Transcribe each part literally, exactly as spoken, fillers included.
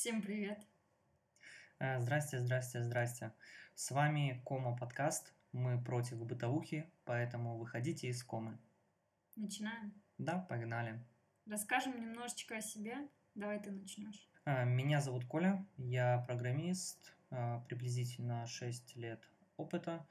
Всем привет! Э, Здрасте, здрасте, здрасте. С вами Кома подкаст. Мы против бытовухи, поэтому выходите из комы. Начинаем. Да, погнали. Расскажем немножечко о себе. Давай ты начнешь. Э, Меня зовут Коля, я программист, э, приблизительно шесть лет опыта.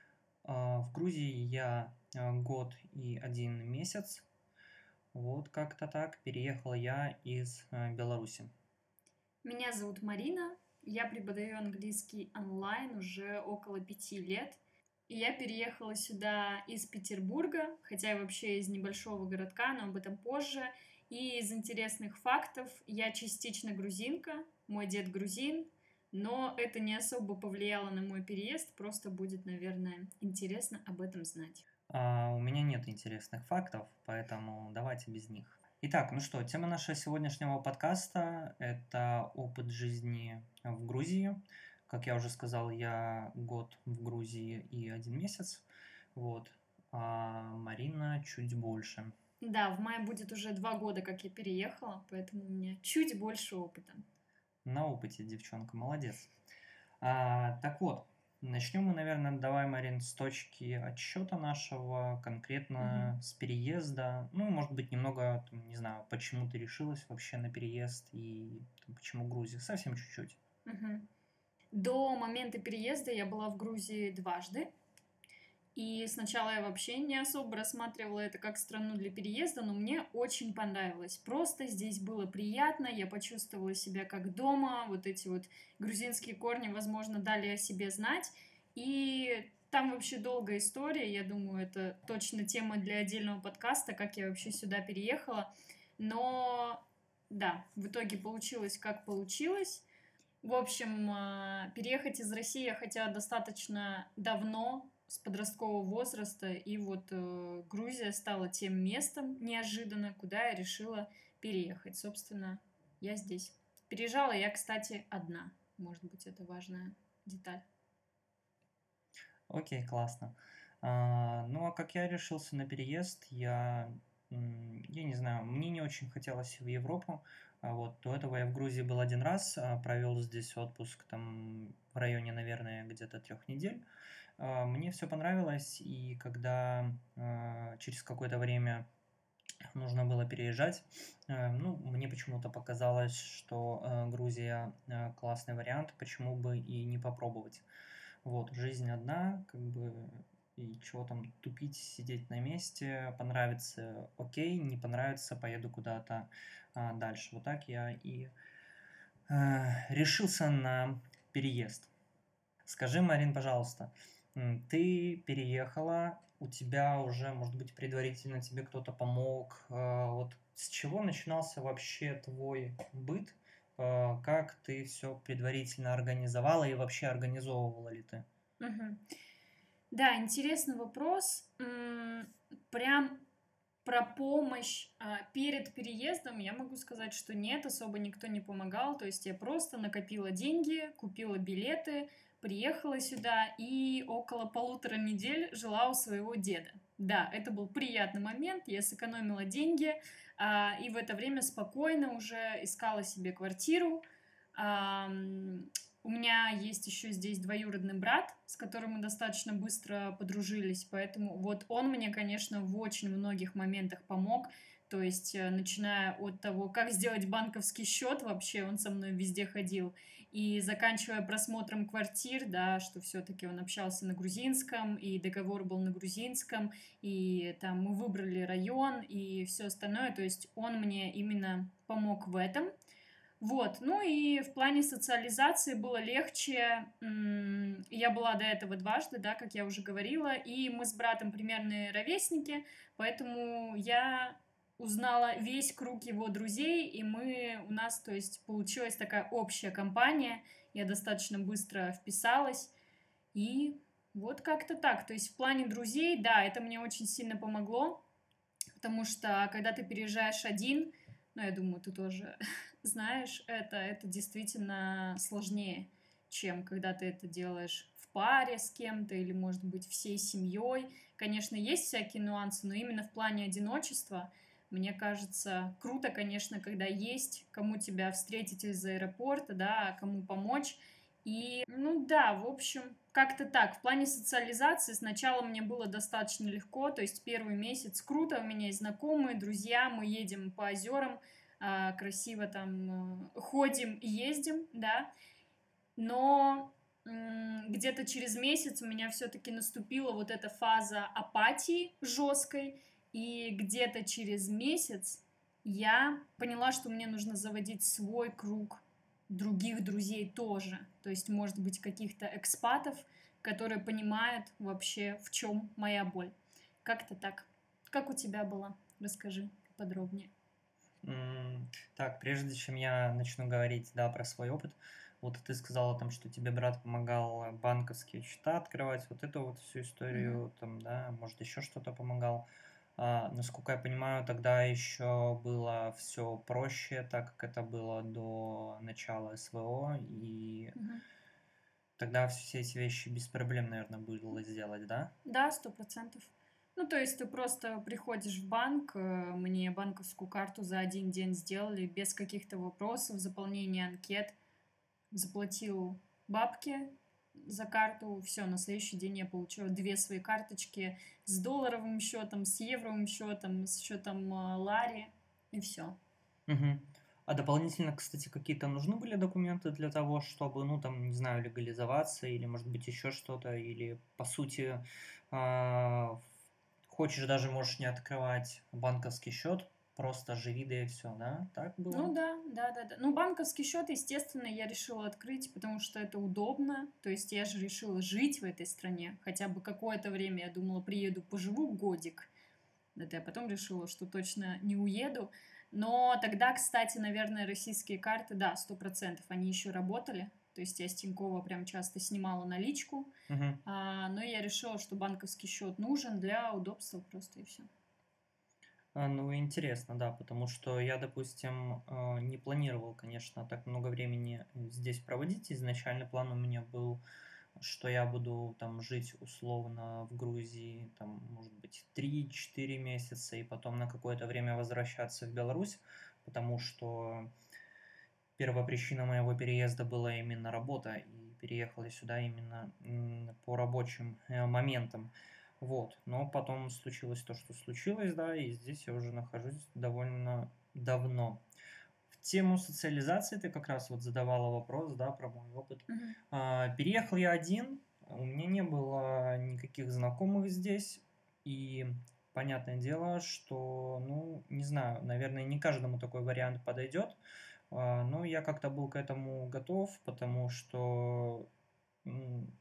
Э, В Грузии я э, год и один месяц. Вот как-то так. Переехал я из э, Беларуси. Меня зовут Марина. Я преподаю английский онлайн уже около пяти лет. И я переехала сюда из Петербурга, хотя я вообще из небольшого городка, но об этом позже. И из интересных фактов я частично грузинка, мой дед грузин, но это не особо повлияло на мой переезд, просто будет, наверное, интересно об этом знать. А, У меня нет интересных фактов, поэтому давайте без них. Итак, ну что, тема нашего сегодняшнего подкаста – это опыт жизни в Грузии. Как я уже сказал, я год в Грузии и один месяц, вот, а Марина чуть больше. Да, в мае будет уже два года, как я переехала, поэтому у меня чуть больше опыта. На опыте, девчонка, молодец. А, так вот, начнем мы, наверное, давай, Марин, с точки отсчета нашего, конкретно Мгм. с переезда. Ну, может быть, немного, там, не знаю, почему ты решилась вообще на переезд и там, почему Грузия. Совсем чуть-чуть. Мгм. До момента переезда я была в Грузии дважды. И сначала я вообще не особо рассматривала это как страну для переезда, но мне очень понравилось. Просто здесь было приятно, я почувствовала себя как дома, вот эти вот грузинские корни, возможно, дали о себе знать. И там вообще долгая история, я думаю, это точно тема для отдельного подкаста, как я вообще сюда переехала. Но да, в итоге получилось как получилось. В общем, э, переехать из России я хотела достаточно давно, с подросткового возраста, и вот э, Грузия стала тем местом неожиданно, куда я решила переехать. Собственно, я здесь. Переезжала я, кстати, одна. Может быть, это важная деталь. Окей, классно. А, ну, а как я решился на переезд, я, м, я не знаю, мне не очень хотелось в Европу. А вот до этого я в Грузии был один раз, а, провел здесь отпуск там в районе, наверное, где-то трех недель. А, Мне все понравилось, и когда а, через какое-то время нужно было переезжать, э, ну, мне почему-то показалось, что э, Грузия э, классный вариант, почему бы и не попробовать. Вот, жизнь одна, как бы, и чего там тупить, сидеть на месте, понравится, окей, не понравится, поеду куда-то а, дальше. Вот так я и э, решился на переезд. Скажи, Марин, пожалуйста, м, ты переехала, у тебя уже, может быть, предварительно тебе кто-то помог. э, Вот с чего начинался вообще твой быт? Э, Как ты все предварительно организовала и вообще организовывала ли ты? Мгм. Да, интересный вопрос. М, Прям про помощь а, перед переездом я могу сказать, что нет, особо никто не помогал. То есть я просто накопила деньги, купила билеты, приехала сюда и около полутора недель жила у своего деда. Да, это был приятный момент, я сэкономила деньги а, и в это время спокойно уже искала себе квартиру. Ам, У меня есть еще здесь двоюродный брат, с которым мы достаточно быстро подружились, поэтому вот он мне, конечно, в очень многих моментах помог. То есть, э, начиная от того, как сделать банковский счет, вообще он со мной везде ходил, и заканчивая просмотром квартир, да, что все-таки он общался на грузинском, и договор был на грузинском, и там мы выбрали район и все остальное. То есть он мне именно помог в этом. Вот, ну и в плане социализации было легче. М, Я была до этого дважды, да, как я уже говорила, и мы с братом примерные ровесники, поэтому я узнала весь круг его друзей, и мы, у нас, то есть, получилась такая общая компания, я достаточно быстро вписалась, и вот как-то так. То есть в плане друзей, да, это мне очень сильно помогло, потому что когда ты переезжаешь один, ну, я думаю, ты тоже знаешь это, это действительно сложнее, чем когда ты это делаешь в паре с кем-то или, может быть, всей семьей. Конечно, есть всякие нюансы, но именно в плане одиночества Мне кажется, круто, конечно, когда есть кому тебя встретить из аэропорта, да, кому помочь. И, ну да, в общем, как-то так. В плане социализации сначала мне было достаточно легко, то есть первый месяц круто, у меня есть знакомые, друзья, мы едем по озерам, а, красиво там э, ходим и ездим, да, но м, где-то через месяц у меня все-таки наступила вот эта фаза апатии жесткой, и где-то через месяц я поняла, что мне нужно заводить свой круг других друзей тоже. То есть, может быть, каких-то экспатов, которые понимают вообще, в чем моя боль. Как-то так. Как у тебя было? Расскажи подробнее. М, Так, прежде чем я начну говорить, да, про свой опыт, вот ты сказала там, что тебе брат помогал банковские счета открывать, вот эту вот всю Мгм. историю, там, да, может, еще что-то помогал. А, насколько я понимаю, тогда еще было все проще, так как это было до начала СВО, и Мгм. тогда все эти вещи без проблем, наверное, было сделать, да? Да, сто процентов. Ну, то есть ты просто приходишь в банк, э, мне банковскую карту за один день сделали без каких-то вопросов, заполнения анкет, заплатил бабки за карту, все, на следующий день я получила две свои карточки с долларовым счетом, с евровым счетом, с счетом э, Лари, и все. Мгм. А дополнительно, кстати, какие-то нужны были документы для того, чтобы, ну, там, не знаю, легализоваться или, может быть, еще что-то, или, по сути, а, хочешь даже, можешь не открывать банковский счет, просто живи, да и все, да? Так Ну было? да, да, да, да. Ну, банковский счет, естественно, я решила открыть, потому что это удобно. То есть я же решила жить в этой стране. Хотя бы какое-то время я думала, приеду, поживу годик. Это я потом решила, что точно не уеду. Но тогда, кстати, наверное, российские карты, да, сто процентов, они еще работали. То есть я с Тинькова прям часто снимала наличку. Мгм. А, но я решила, что банковский счет нужен для удобства просто и все. А, Ну, интересно, да, потому что я, допустим, а, не планировал, конечно, так много времени э, здесь проводить. Изначально план у меня был, что я буду там жить условно в Грузии, там, может быть, три-четыре месяца, и потом на какое-то время возвращаться в Беларусь, потому что первопричина моего переезда была именно работа, и переехал я сюда именно м, по рабочим э, моментам. Вот, но потом случилось то, что случилось, да, и здесь я уже нахожусь довольно давно. В тему социализации ты как раз вот задавала вопрос, да, про мой опыт. Мгм. А, Переехал я один, у меня не было никаких знакомых здесь, и понятное дело, что, ну, не знаю, наверное, не каждому такой вариант подойдет, а, но я как-то был к этому готов, потому что, м,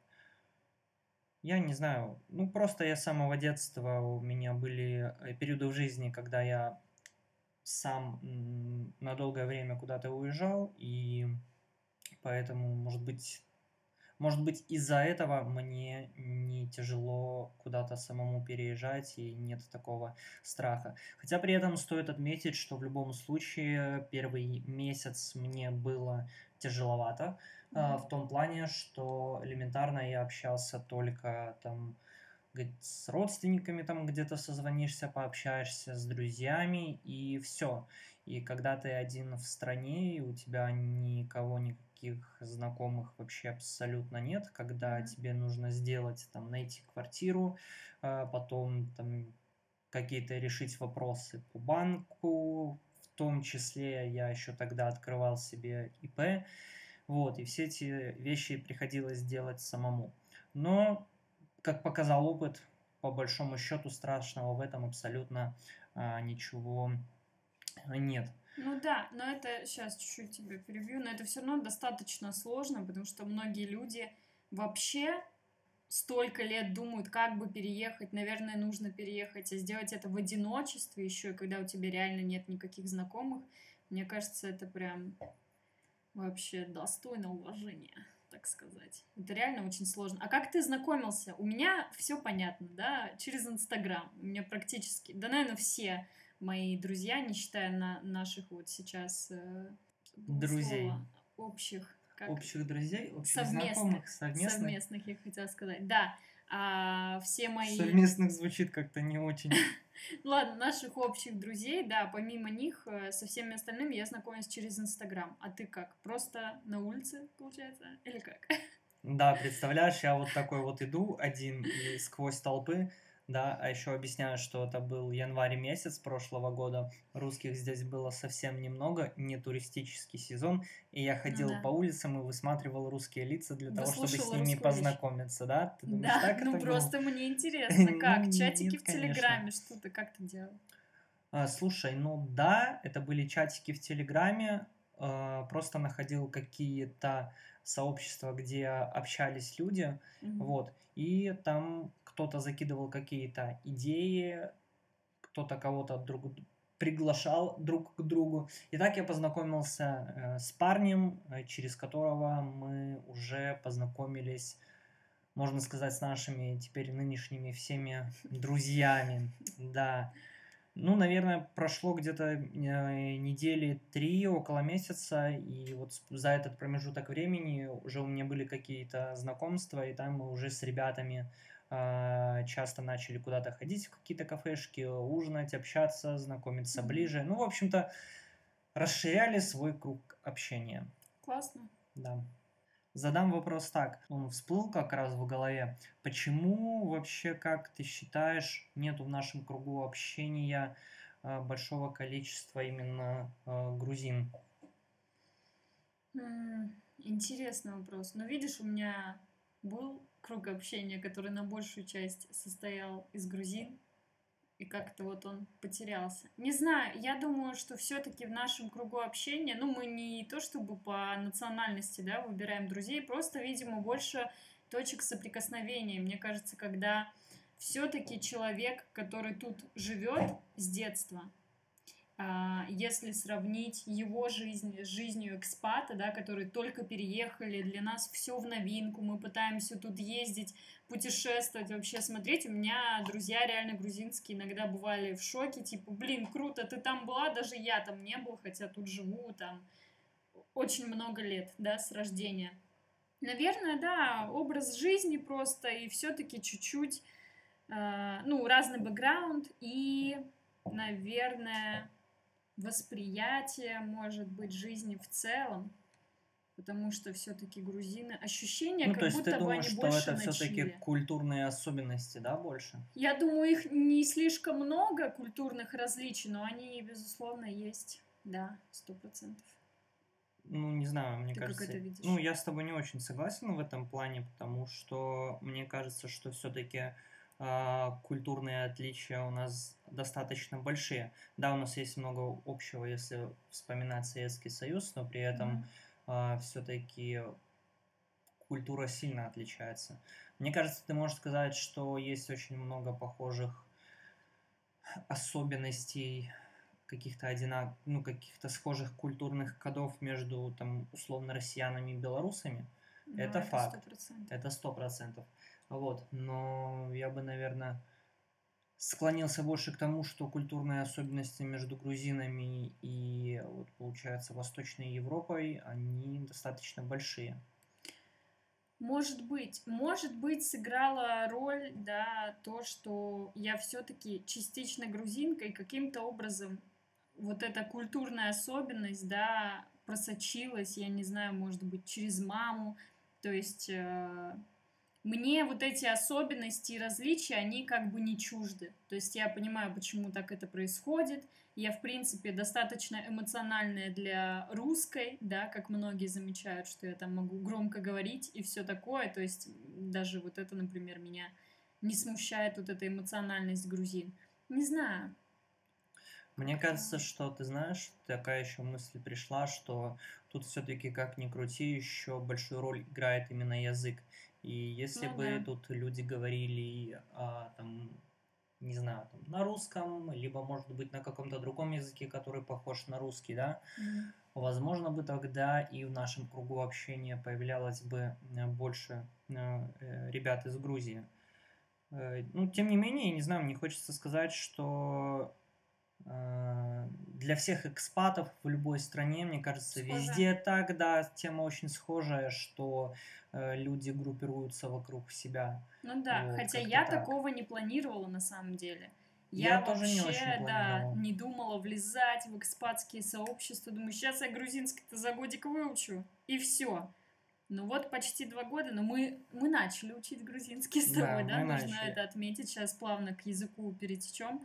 я не знаю, ну, просто я с самого детства, у меня были э, периоды в жизни, когда я сам м, на долгое время куда-то уезжал, и поэтому, может быть, может быть, из-за этого мне не тяжело куда-то самому переезжать и нет такого страха. Хотя при этом стоит отметить, что в любом случае первый месяц мне было тяжеловато, а, Мгм. в том плане, что элементарно я общался только там г- с родственниками, там где-то созвонишься, пообщаешься с друзьями и все. И когда ты один в стране, и у тебя никого, никаких знакомых вообще абсолютно нет, когда Мгм. тебе нужно сделать, там, найти квартиру, а, потом там какие-то решить вопросы по банку, в том числе я еще тогда открывал себе ИП, вот, и все эти вещи приходилось делать самому. Но, как показал опыт, по большому счету страшного в этом абсолютно а, ничего нет. Ну да, но это сейчас чуть-чуть тебя перебью, но это все равно достаточно сложно, потому что многие люди вообще столько лет думают, как бы переехать, наверное, нужно переехать, а сделать это в одиночестве еще, и когда у тебя реально нет никаких знакомых, мне кажется, это прям вообще достойно уважения, так сказать. Это реально очень сложно. А как ты знакомился? У меня все понятно, да, через Инстаграм. У меня практически, да, наверное, все мои друзья, не считая на наших вот сейчас, э, забыла Друзей, слово, общих, как общих друзей, общих совместных, знакомых, совместных. совместных, я хотела сказать, да. а все мои... Совместных звучит как-то не очень. Ладно, наших общих друзей, да, помимо них, э, со всеми остальными я знакомлюсь через Инстаграм. А ты как? Просто на улице, получается? Или как? Да, представляешь, я вот такой вот иду один и сквозь толпы, да, а еще объясняю, что это был январь месяц прошлого года, русских здесь было совсем немного, не туристический сезон, и я Ну ходил по да. улицам и высматривал русские лица для того, чтобы с Выслушала ними русскую речь. познакомиться, да? Ты думаешь, Да, так ну это было? просто мне интересно, как? Ну, Чатики нет, в конечно. Телеграме, что ты, как ты делал? А, слушай, ну да, это были чатики в Телеграме, а, просто находил какие-то сообщества, где общались люди, Мгм. вот, и там кто-то закидывал какие-то идеи, кто-то кого-то друг приглашал друг к другу. И так я познакомился э, с парнем, э, через которого мы уже познакомились, можно сказать, с нашими теперь нынешними всеми друзьями, да. Ну, наверное, прошло где-то э, недели три, около месяца, и вот с- за этот промежуток времени уже у меня были какие-то знакомства, и там мы уже с ребятами а, часто начали куда-то ходить в какие-то кафешки, ужинать, общаться, знакомиться Мгм. ближе. Ну, в общем-то, расширяли свой круг общения. Классно. Да. Задам вопрос так. Он всплыл как раз в голове. Почему вообще, как ты считаешь, нету в нашем кругу общения а, большого количества именно а, грузин? М, Интересный вопрос. Но видишь, у меня был круг общения, который на большую часть состоял из грузин, и как-то вот он потерялся. Не знаю, я думаю, что все-таки в нашем кругу общения, ну, мы не то чтобы по национальности, да, выбираем друзей, просто, видимо, больше точек соприкосновения. Мне кажется, когда все-таки человек, который тут живет с детства, а, если сравнить его жизнь с жизнью экспата, да, которые только переехали, для нас все в новинку, мы пытаемся тут ездить, путешествовать, вообще смотреть. У меня друзья реально грузинские иногда бывали в шоке, типа, блин, круто, ты там была, даже я там не был, хотя тут живу там очень много лет, да, с рождения. Наверное, да, образ жизни просто и все-таки чуть-чуть, э, ну, разный бэкграунд и, наверное, восприятие, может быть, жизни в целом, потому что все-таки грузины, ощущение, Ну, то как есть ты будто бы думаешь, они что больше это на все-таки чиле. культурные особенности, да, больше? Я думаю, их не слишком много культурных различий, но они, безусловно, есть. Да, сто процентов. Ну, не знаю, мне Ты как это кажется, ну, видишь? я с тобой не очень согласен в этом плане, потому что мне кажется, что все-таки культурные отличия у нас достаточно большие. Да, у нас есть много общего, если вспоминать Советский Союз, но при этом Мгм. все-таки культура сильно отличается. Мне кажется, ты можешь сказать, что есть очень много похожих особенностей, каких-то одинак... ну, каких-то схожих культурных кодов между, там, условно, россиянами и белорусами. Ну, Это это сто факт. процентов. Это сто процентов. Вот. Но я бы, наверное, склонился больше к тому, что культурные особенности между грузинами и, вот, получается, Восточной Европой, они достаточно большие. Может быть, может быть, сыграла роль, да, то, что я все-таки частично грузинка, и каким-то образом вот эта культурная особенность, да, просочилась, я не знаю, может быть, через маму. То есть э, мне вот эти особенности и различия, они как бы не чужды. То есть я понимаю, почему так это происходит. Я, в принципе, достаточно эмоциональная для русской, да, как многие замечают, что я там могу громко говорить и все такое. То есть даже вот это, например, меня не смущает, вот эта эмоциональность грузин. Не знаю, Мне как-то... кажется, что, ты знаешь, такая еще мысль пришла, что тут все-таки, как ни крути, еще большую роль играет именно язык. И если Ну бы да. тут люди говорили, а, там, не знаю, там, на русском, либо, может быть, на каком-то другом языке, который похож на русский, да, Мгм. возможно бы тогда и в нашем кругу общения появлялось бы э, больше э, э, ребят из Грузии. Э, Ну, тем не менее, не знаю, мне хочется сказать, что э, для всех экспатов в любой стране, мне кажется, Схоже. везде так, да, тема очень схожая, что э, люди группируются вокруг себя. Ну да, Вот, хотя как-то я так. такого не планировала на самом деле. Я Я тоже не очень вообще, да, планировал. не думала влезать в экспатские сообщества. Думаю, сейчас я грузинский-то за годик выучу, и все. Ну вот почти два года, но мы, мы начали учить грузинский с тобой, Да, да, мы нужно начали. это отметить, сейчас плавно к языку перетечем.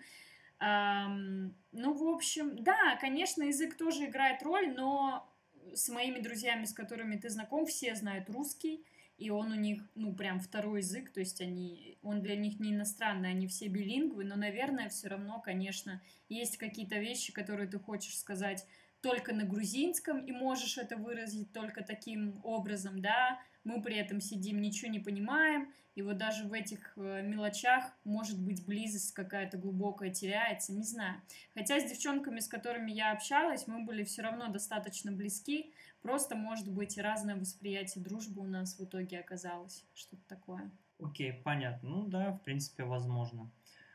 Ам, ну, в общем, да, конечно, язык тоже играет роль, но с моими друзьями, с которыми ты знаком, все знают русский, и он у них, ну, прям второй язык, то есть они, он для них не иностранный, они все билингвы, но, наверное, все равно, конечно, есть какие-то вещи, которые ты хочешь сказать только на грузинском, и можешь это выразить только таким образом, да, мы при этом сидим, ничего не понимаем, и вот даже в этих э, мелочах, может быть, близость какая-то глубокая теряется, не знаю. Хотя с девчонками, с которыми я общалась, мы были все равно достаточно близки, просто, может быть, разное восприятие дружбы у нас в итоге оказалось, что-то такое. Окей, понятно. Ну да, в принципе, возможно.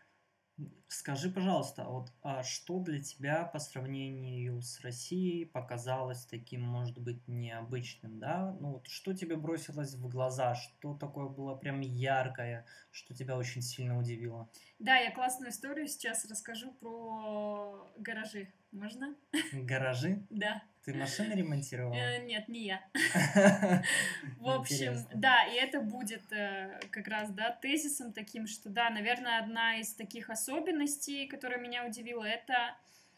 Скажи, пожалуйста, вот а что для тебя по сравнению с Россией показалось таким, может быть, необычным, да? Ну вот что тебе бросилось в глаза, что такое было прям яркое, что тебя очень сильно удивило? Да, я классную историю сейчас расскажу про гаражи. Можно? Гаражи? Да. Ты машины ремонтировала? Э, Нет, не я. В общем, Интересно. да, и это будет э, как раз, да, тезисом таким, что, да, наверное, одна из таких особенностей, которая меня удивила, это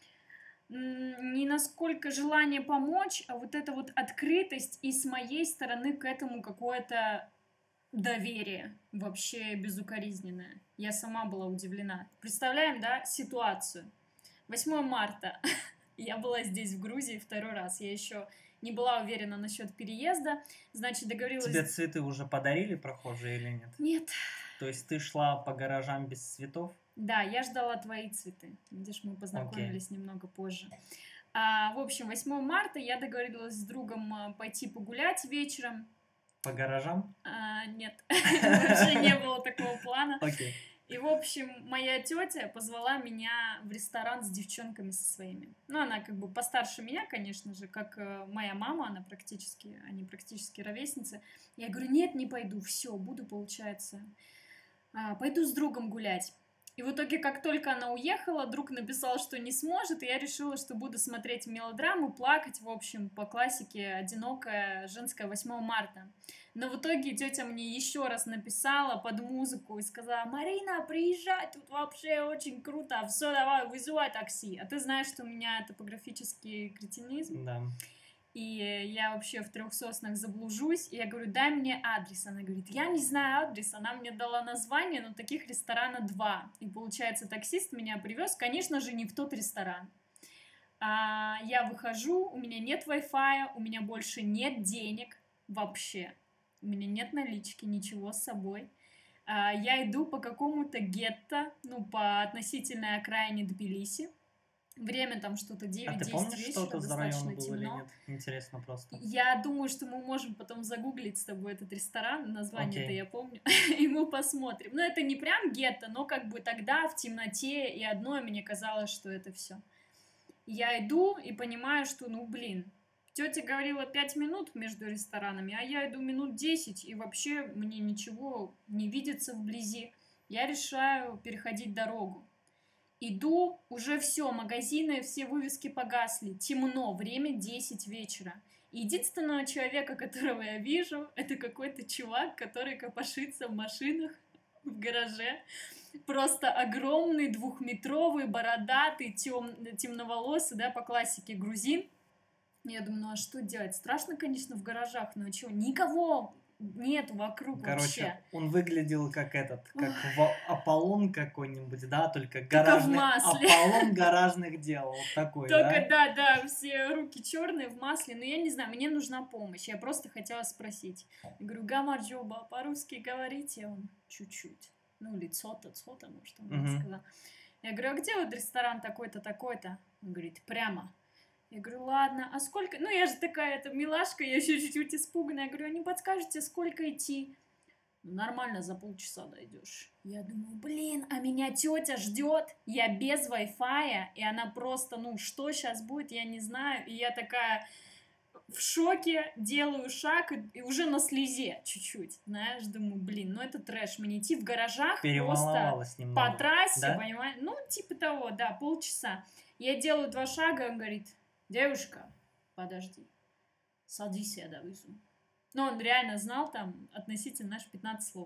м, не насколько желание помочь, а вот эта вот открытость и с моей стороны к этому какое-то доверие вообще безукоризненное. Я сама была удивлена. Представляем, да, ситуацию. восьмое марта. Я была здесь, в Грузии, второй раз. Я еще не была уверена насчет переезда. Значит, договорилась... Тебе цветы уже подарили прохожие или нет? Нет. То есть ты шла по гаражам без цветов? Да, я ждала твои цветы. Видишь, мы познакомились okay. немного позже. А, в общем, восьмое марта я договорилась с другом пойти погулять вечером. По гаражам? А, нет, вообще не было такого плана. Окей. И, в общем, моя тетя позвала меня в ресторан с девчонками со своими. Ну, она как бы постарше меня, конечно же, как моя мама, она практически, они практически ровесницы. Я говорю, нет, не пойду, все, буду, получается, пойду с другом гулять. И в итоге, как только она уехала, друг написал, что не сможет, и я решила, что буду смотреть мелодраму, плакать, в общем, по классике «Одинокая женская восьмое марта». Но в итоге тетя мне еще раз написала под музыку и сказала: «Марина, приезжай, тут вообще очень круто, все, давай, вызывай такси». А ты знаешь, что у меня топографический кретинизм. Да. И я вообще в Трех Соснах заблужусь, и я говорю, дай мне адрес. Она говорит, я не знаю адрес, она мне дала название, но таких ресторана два. И получается, таксист меня привез, конечно же, не в тот ресторан. А я выхожу, у меня нет Wi-Fi, у меня больше нет денег вообще. У меня нет налички, ничего с собой. А я иду по какому-то гетто, ну, по относительной окраине Тбилиси. Время там что-то девять-десять вечера. А ты помнишь, что это за район был или нет? Интересно просто. Я думаю, что мы можем потом загуглить с тобой этот ресторан, название-то okay. я помню, и мы посмотрим. Но это не прям гетто, но как бы тогда в темноте и одной мне казалось, что это все. Я иду и понимаю, что, ну, блин, тетя говорила пять минут между ресторанами, а я иду минут десять, и вообще мне ничего не видится вблизи. Я решаю переходить дорогу. Иду, уже все, магазины, все вывески погасли, темно, время десять вечера. Единственного человека, которого я вижу, это какой-то чувак, который копошится в машинах в гараже. Просто огромный, двухметровый, бородатый, тем, темноволосый, да, по классике грузин. Я думаю, ну а что делать? Страшно, конечно, в гаражах, но чего? Никого нет вокруг. Короче, вообще. Он выглядел как этот, как в Аполлон какой-нибудь, да, только, только гаражный, в масле. Аполлон гаражных дел, вот такой, только, да? да, да, все руки черные в масле, но я не знаю, мне нужна помощь, я просто хотела спросить. Я говорю, гамаджоба, по-русски говорите? Он чуть-чуть, ну, лицо-то, цо-то, может, он мне Мгм. сказал. Я говорю, а где вот ресторан такой-то, такой-то? Он говорит, прямо. Я говорю, ладно, а сколько? Ну, я же такая, это милашка, я еще чуть-чуть испуганная. Я говорю, а не подскажете, сколько идти? Нормально за полчаса дойдешь. Я думаю, блин, а меня тетя ждет, я без Wi-Fi, и она просто, ну, что сейчас будет, я не знаю. И я такая в шоке, делаю шаг, и, и уже на слезе чуть-чуть, знаешь, думаю, блин, ну это трэш, мне идти в гаражах просто Переволновалась по немного, трассе, да? понимаешь, ну, типа того, да, полчаса. Я делаю два шага, он говорит, девушка, подожди, садись, я довезу. Но он реально знал там относительно наши пятнадцать слов.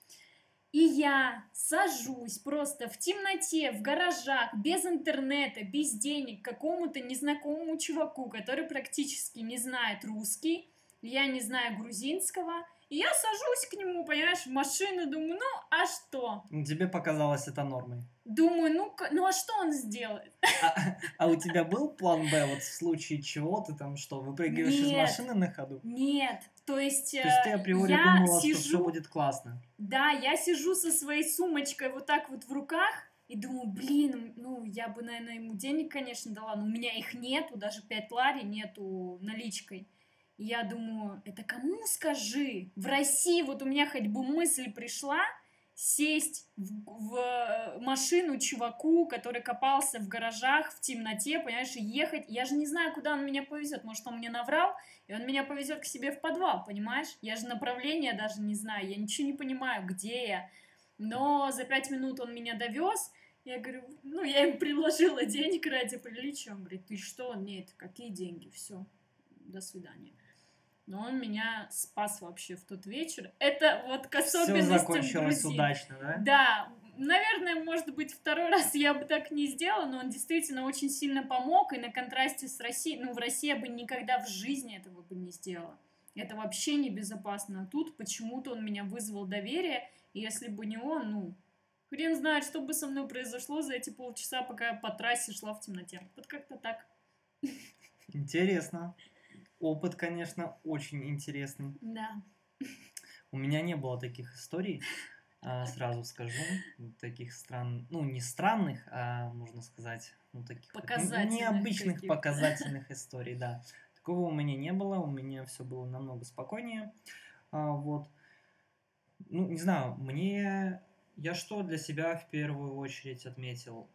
И я сажусь просто в темноте, в гаражах, без интернета, без денег, к какому-то незнакомому чуваку, который практически не знает русский, я не знаю грузинского, и я сажусь к нему, понимаешь, в машину, думаю, ну, а что? Тебе показалось это нормой? Думаю, ну, ну а что он сделает? А, а у тебя был план Б, вот в случае чего ты там что, выпрыгиваешь из Нет, машины на ходу? нет, то есть, То есть ты э, априори я думала, что все сижу, будет классно? да, я сижу со своей сумочкой вот так вот в руках и думаю, блин, ну, я бы, наверное, ему денег, конечно, дала, но у меня их нету, даже пять лари нету наличкой. И я думаю, это кому скажи? В России вот у меня хоть бы мысль пришла сесть в, в машину чуваку, который копался в гаражах в темноте, понимаешь, и ехать. Я же не знаю, куда он меня повезет. Может, он мне наврал, и он меня повезет к себе в подвал, понимаешь? Я же направления даже не знаю, я ничего не понимаю, где я. Но за пять минут он меня довез. Я говорю, ну, я ему предложила денег ради приличия. Он говорит, ты что? Нет, какие деньги? Все, до свидания. Но он меня спас вообще в тот вечер. Это вот к особенностям Все закончилось грузин. удачно, да? Да, наверное, может быть, второй раз я бы так не сделала, но он действительно очень сильно помог, и на контрасте с Россией, ну, в России я бы никогда в жизни этого бы не сделала. Это вообще небезопасно. А тут почему-то он меня вызвал доверие, и если бы не он, ну, хрен знает, что бы со мной произошло за эти полчаса, пока я по трассе шла в темноте. Вот как-то так. Интересно. Опыт, конечно, очень интересный. Да. У меня не было таких историй, сразу скажу, таких стран, ну не странных, а можно сказать, ну таких показательных необычных каких-то. показательных историй, да. Такого у меня не было, у меня все было намного спокойнее, вот. Ну не знаю, мне я что для себя в первую очередь отметил,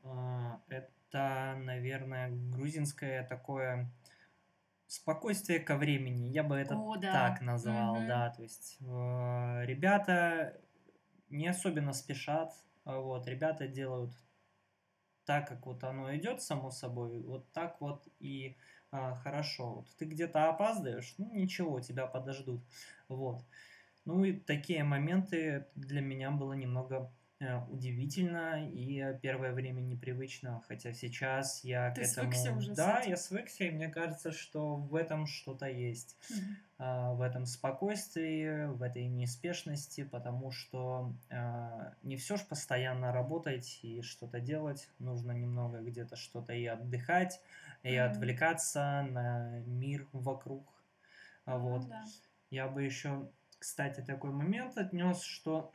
это, наверное, грузинское такое спокойствие ко времени, я бы это О, да. так назвал, Мгм. да, то есть э, ребята не особенно спешат, вот, ребята делают так, как вот оно идет само собой, вот так вот и э, хорошо. Вот ты где-то опаздываешь, ну ничего, тебя подождут, вот. Ну и такие моменты для меня было немного э, удивительно и первое время непривычно, хотя сейчас я Ты к этому... свыкся уже с Да, этим? я свыкся, и мне кажется, что в этом что-то есть. Мгм. А, в этом спокойствии, в этой неспешности, потому что а, не все ж постоянно работать и что-то делать, нужно немного где-то что-то и отдыхать, и Мгм. отвлекаться на мир вокруг. А, Ну вот. да. Я бы еще, кстати, такой момент отнес, что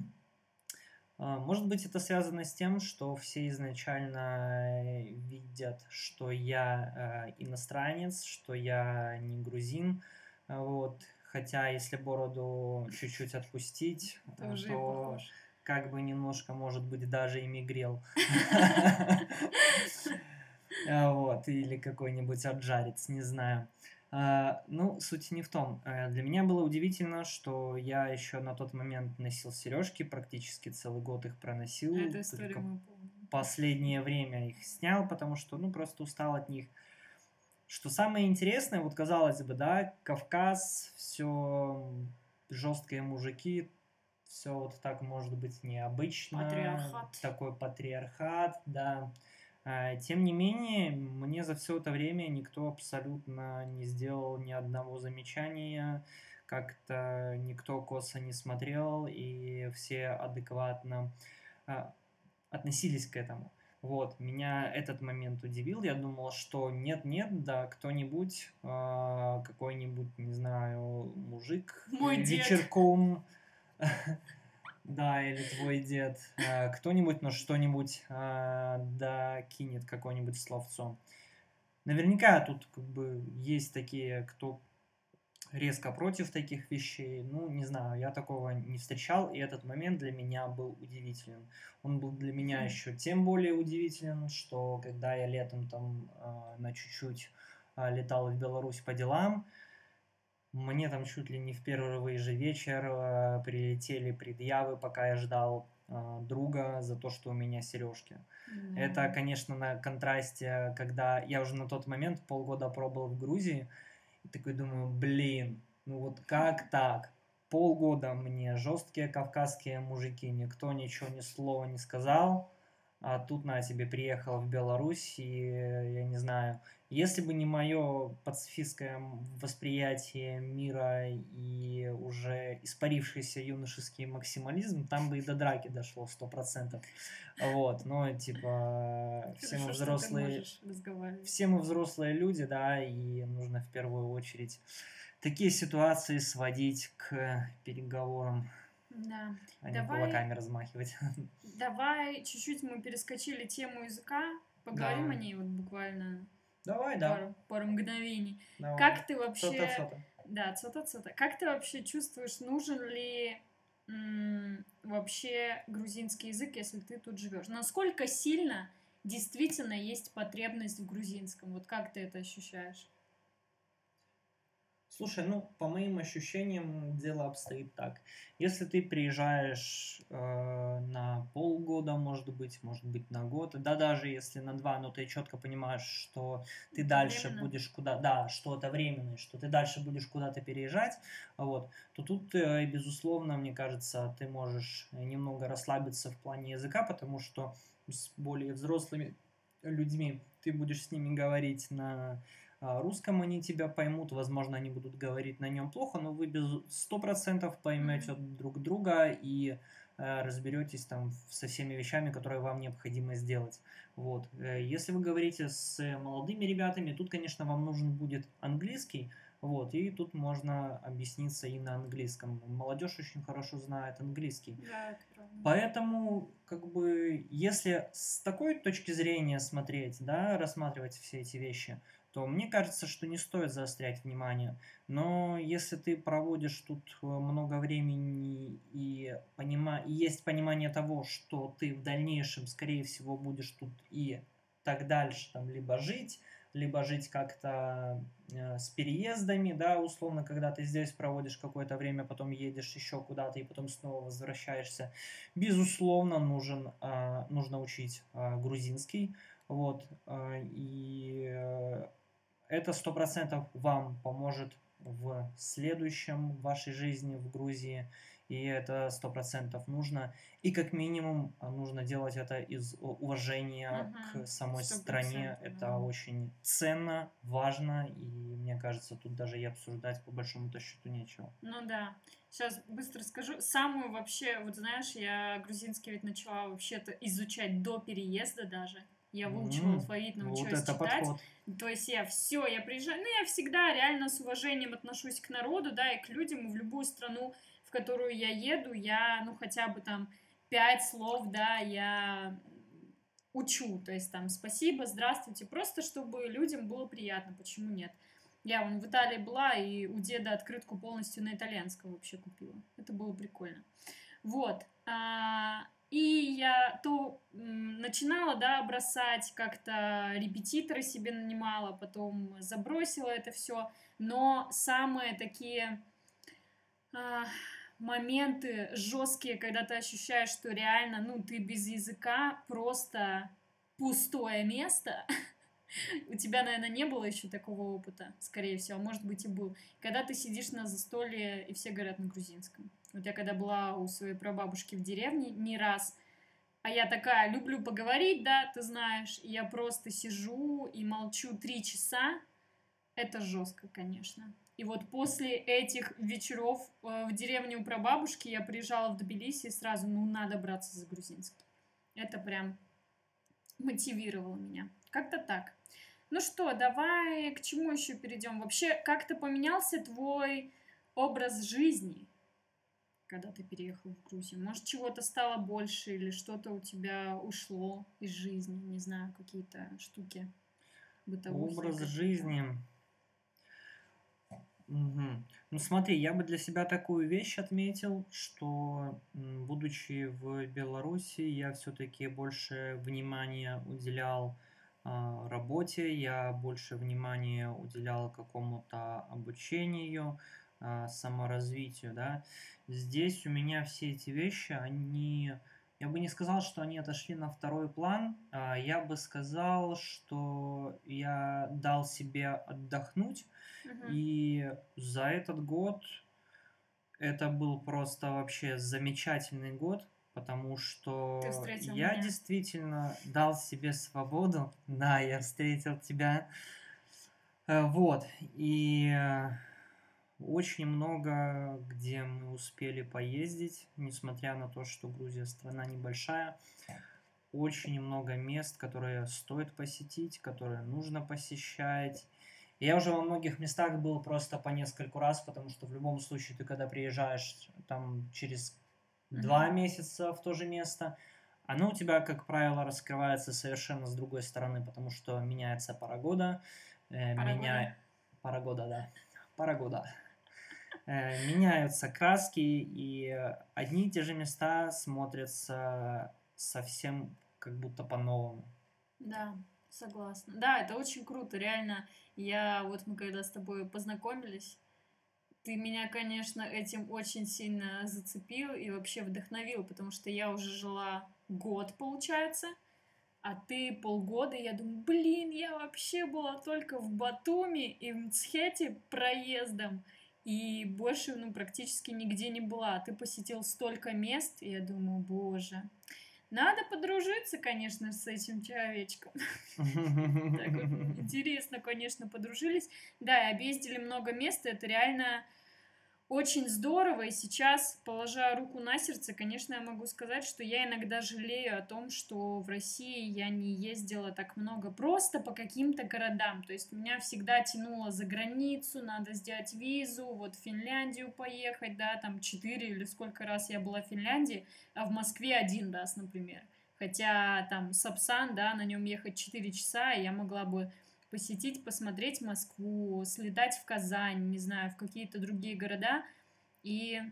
а, может быть это связано с тем, что все изначально видят, что я э, иностранец, что я не грузин, а, вот. Хотя если бороду чуть-чуть отпустить, Ты э, уже и то похож. как бы немножко, может быть, даже и мигрел. А, Вот, или какой-нибудь аджарец, не знаю. А, Ну, суть не в том. Э, Для меня было удивительно, что я еще на тот момент носил сережки, практически целый год их проносил, Эту историю только мы помним. последнее время их снял, потому что, ну, просто устал от них. Что самое интересное, вот казалось бы, да, Кавказ, все жесткие мужики, все вот так может быть необычно, Патриархат. такой патриархат, да. А, Тем не менее, мне за все это время никто абсолютно не сделал ни одного замечания, как-то никто косо не смотрел, и все адекватно а, относились к этому. Вот, меня этот момент удивил. Я думал, что нет-нет, да, кто-нибудь, а, какой-нибудь, не знаю, мужик Мой дед. вечерком, да, или твой дед, а, кто-нибудь, ну что-нибудь, а, да, кинет какое-нибудь словцо. Наверняка тут как бы есть такие, кто резко против таких вещей. Ну, не знаю, я такого не встречал, и этот момент для меня был удивителен. Он был для меня Хм. еще тем более удивителен, что когда я летом там э, на чуть-чуть э, летал в Беларусь по делам, мне там чуть ли не в первый же вечер э, прилетели предъявы, пока я ждал э, друга за то, что у меня сережки. Это, Да. конечно, на контрасте, когда я уже на тот момент полгода пробыл в Грузии, и такой думаю, блин, ну вот как так? Полгода мне жесткие кавказские мужики, никто ничего ни слова не сказал, а тут на тебе приехал в Беларусь, и я не знаю, если бы не мое пацифистское восприятие мира и уже испарившийся юношеский максимализм, там бы и до драки дошло сто процентов. Вот, но типа все мы Хорошо, что ты взрослые, можешь разговаривать. все мы взрослые люди, да, и нужно в первую очередь такие ситуации сводить к переговорам, Да. а не Давай, кулаками размахивать. давай чуть-чуть мы перескочили тему языка, поговорим о Да, ней вот буквально давай, да, пару, пару мгновений. давай. Как ты Цота, вообще... цота. Да, цота-цота. Как ты вообще чувствуешь, нужен ли м, вообще грузинский язык, если ты тут живешь? Насколько сильно действительно есть потребность в грузинском? Вот как ты это ощущаешь? Слушай, ну, по моим ощущениям, дело обстоит так. Если ты приезжаешь э, на полгода, может быть, может быть, на год, да даже если на два, но ты четко понимаешь, что ты Это дальше временно? будешь куда, да, что это временно, что ты дальше будешь куда-то переезжать, вот, то тут, э, безусловно, мне кажется, ты можешь немного расслабиться в плане языка, потому что с более взрослыми людьми ты будешь с ними говорить на а, русском, они тебя поймут, возможно, они будут говорить на нем плохо, но вы без сто процентов поймете Мгм. друг друга и э, разберетесь там со всеми вещами, которые вам необходимо сделать. Вот. Э, Если вы говорите с молодыми ребятами, тут, конечно, вам нужен будет английский, вот, и тут можно объясниться и на английском. Молодежь очень хорошо знает английский. Да, это правда. Поэтому, как бы, если с такой точки зрения смотреть, да, рассматривать все эти вещи, то мне кажется, что не стоит заострять внимание. Но если ты проводишь тут э, много времени и, понима... и есть понимание того, что ты в дальнейшем, скорее всего, будешь тут и так дальше, там, либо жить, либо жить как-то э, с переездами, да, условно, когда ты здесь проводишь какое-то время, потом едешь еще куда-то и потом снова возвращаешься, безусловно, нужен, э, нужно учить э, грузинский, вот, э, и э, это сто процентов вам поможет в следующем вашей жизни в Грузии, и это сто процентов нужно. И как минимум нужно делать это из уважения Угу. к самой Сто стране. процентов, Это да. очень ценно, важно, и мне кажется, тут даже и обсуждать по большому-то счету нечего. Ну да. Сейчас быстро скажу. Самую вообще, вот знаешь, я грузинский ведь начала вообще-то изучать до переезда даже. Я выучила М, алфавит, Вот научилась это читать. подход. То есть я все, я приезжаю. Ну, я всегда реально с уважением отношусь к народу, да, и к людям, и в любую страну, в которую я еду, я, ну, хотя бы там пять слов, да, я учу. То есть там спасибо, здравствуйте, просто чтобы людям было приятно. Почему нет? Я вон в Италии была и у деда открытку полностью на итальянском вообще купила. Это было прикольно. Вот. А, и я то м, начинала, да, бросать, как-то репетитора себе нанимала, потом забросила это все. Но самые такие а, моменты жесткие, когда ты ощущаешь, что реально, ну, ты без языка просто пустое место. У тебя, наверное, не было еще такого опыта, скорее всего, может быть и был. Когда ты сидишь на застолье, и все говорят на грузинском. Вот я когда была у своей прабабушки в деревне не раз, а я такая, люблю поговорить, да, ты знаешь, и я просто сижу и молчу три часа, это жестко, конечно. И вот после этих вечеров э, в деревне у прабабушки я приезжала в Тбилиси и сразу, ну, надо браться за грузинский. Это прям мотивировало меня. Как-то так. Ну что, давай к чему еще перейдем? Вообще, как-то поменялся твой образ жизни, когда ты переехал в Грузию? Может, чего-то стало больше или что-то у тебя ушло из жизни? Не знаю, какие-то штуки бытовухи Образ какие-то. жизни. Мгм. Ну смотри, я бы для себя такую вещь отметил, что, м, будучи в Беларуси, я все-таки больше внимания уделял а, работе, я больше внимания уделял какому-то обучению, а, саморазвитию, да. Здесь у меня все эти вещи, они, я бы не сказал, что они отошли на второй план, а я бы сказал, что я дал себе отдохнуть, Мгм. и за этот год это был просто вообще замечательный год, потому Ты что встретил я меня. действительно дал себе свободу. Да, я встретил тебя. Э, Вот. И э, очень много где мы успели поездить, несмотря на то, что Грузия страна небольшая. Очень много мест, которые стоит посетить, которые нужно посещать. Я уже во многих местах был просто по нескольку раз, потому что в любом случае ты когда приезжаешь там через два Мгм. месяца в то же место, оно у тебя, как правило, раскрывается совершенно с другой стороны, потому что меняется пора года, э, Пора года. меня... пора года, да, пора года. Э, меняются краски, и одни и те же места смотрятся совсем как будто по-новому. Да, согласна. Да, это очень круто, реально. Я вот мы когда с тобой познакомились, ты меня, конечно, этим очень сильно зацепил и вообще вдохновил, потому что я уже жила год, получается, а ты полгода, и я думаю, блин, я вообще была только в Батуми и в Мцхете проездом, и больше, ну, практически нигде не была. Ты посетил столько мест, и я думаю, боже, надо подружиться, конечно, с этим человечком. Так вот, интересно, конечно, подружились. Да, и объездили много мест, и это реально очень здорово, и сейчас, положа руку на сердце, конечно, я могу сказать, что я иногда жалею о том, что в России я не ездила так много просто по каким-то городам. То есть меня всегда тянуло за границу, надо сделать визу, вот в Финляндию поехать, да, там четыре или сколько раз я была в Финляндии, а в Москве один раз, например. Хотя там Сапсан, да, на нем ехать четыре часа, и я могла бы посетить, посмотреть Москву, слетать в Казань, не знаю, в какие-то другие города. И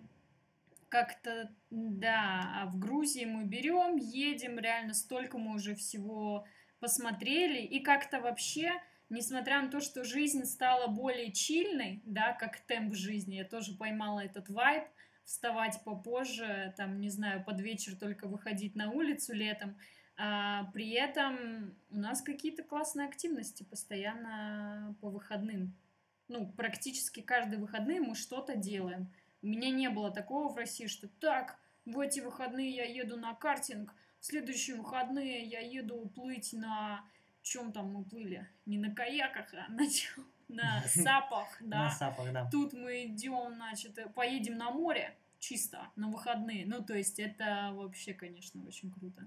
как-то, да, а в Грузии мы берем, едем, реально столько мы уже всего посмотрели. И как-то вообще, несмотря на то, что жизнь стала более чильной, да, как темп жизни, я тоже поймала этот вайб, вставать попозже, там, не знаю, под вечер только выходить на улицу летом, а при этом у нас какие-то классные активности постоянно по выходным. Ну, практически каждые выходные мы что-то делаем. У меня не было такого в России, что так, в эти выходные я еду на картинг, в следующие выходные я еду плыть на... Чем там мы плыли? Не на каяках, а на чем? На сапах, На да. сапах, да. Тут мы идем, значит, поедем на море чисто на выходные. Ну, то есть это вообще, конечно, очень круто.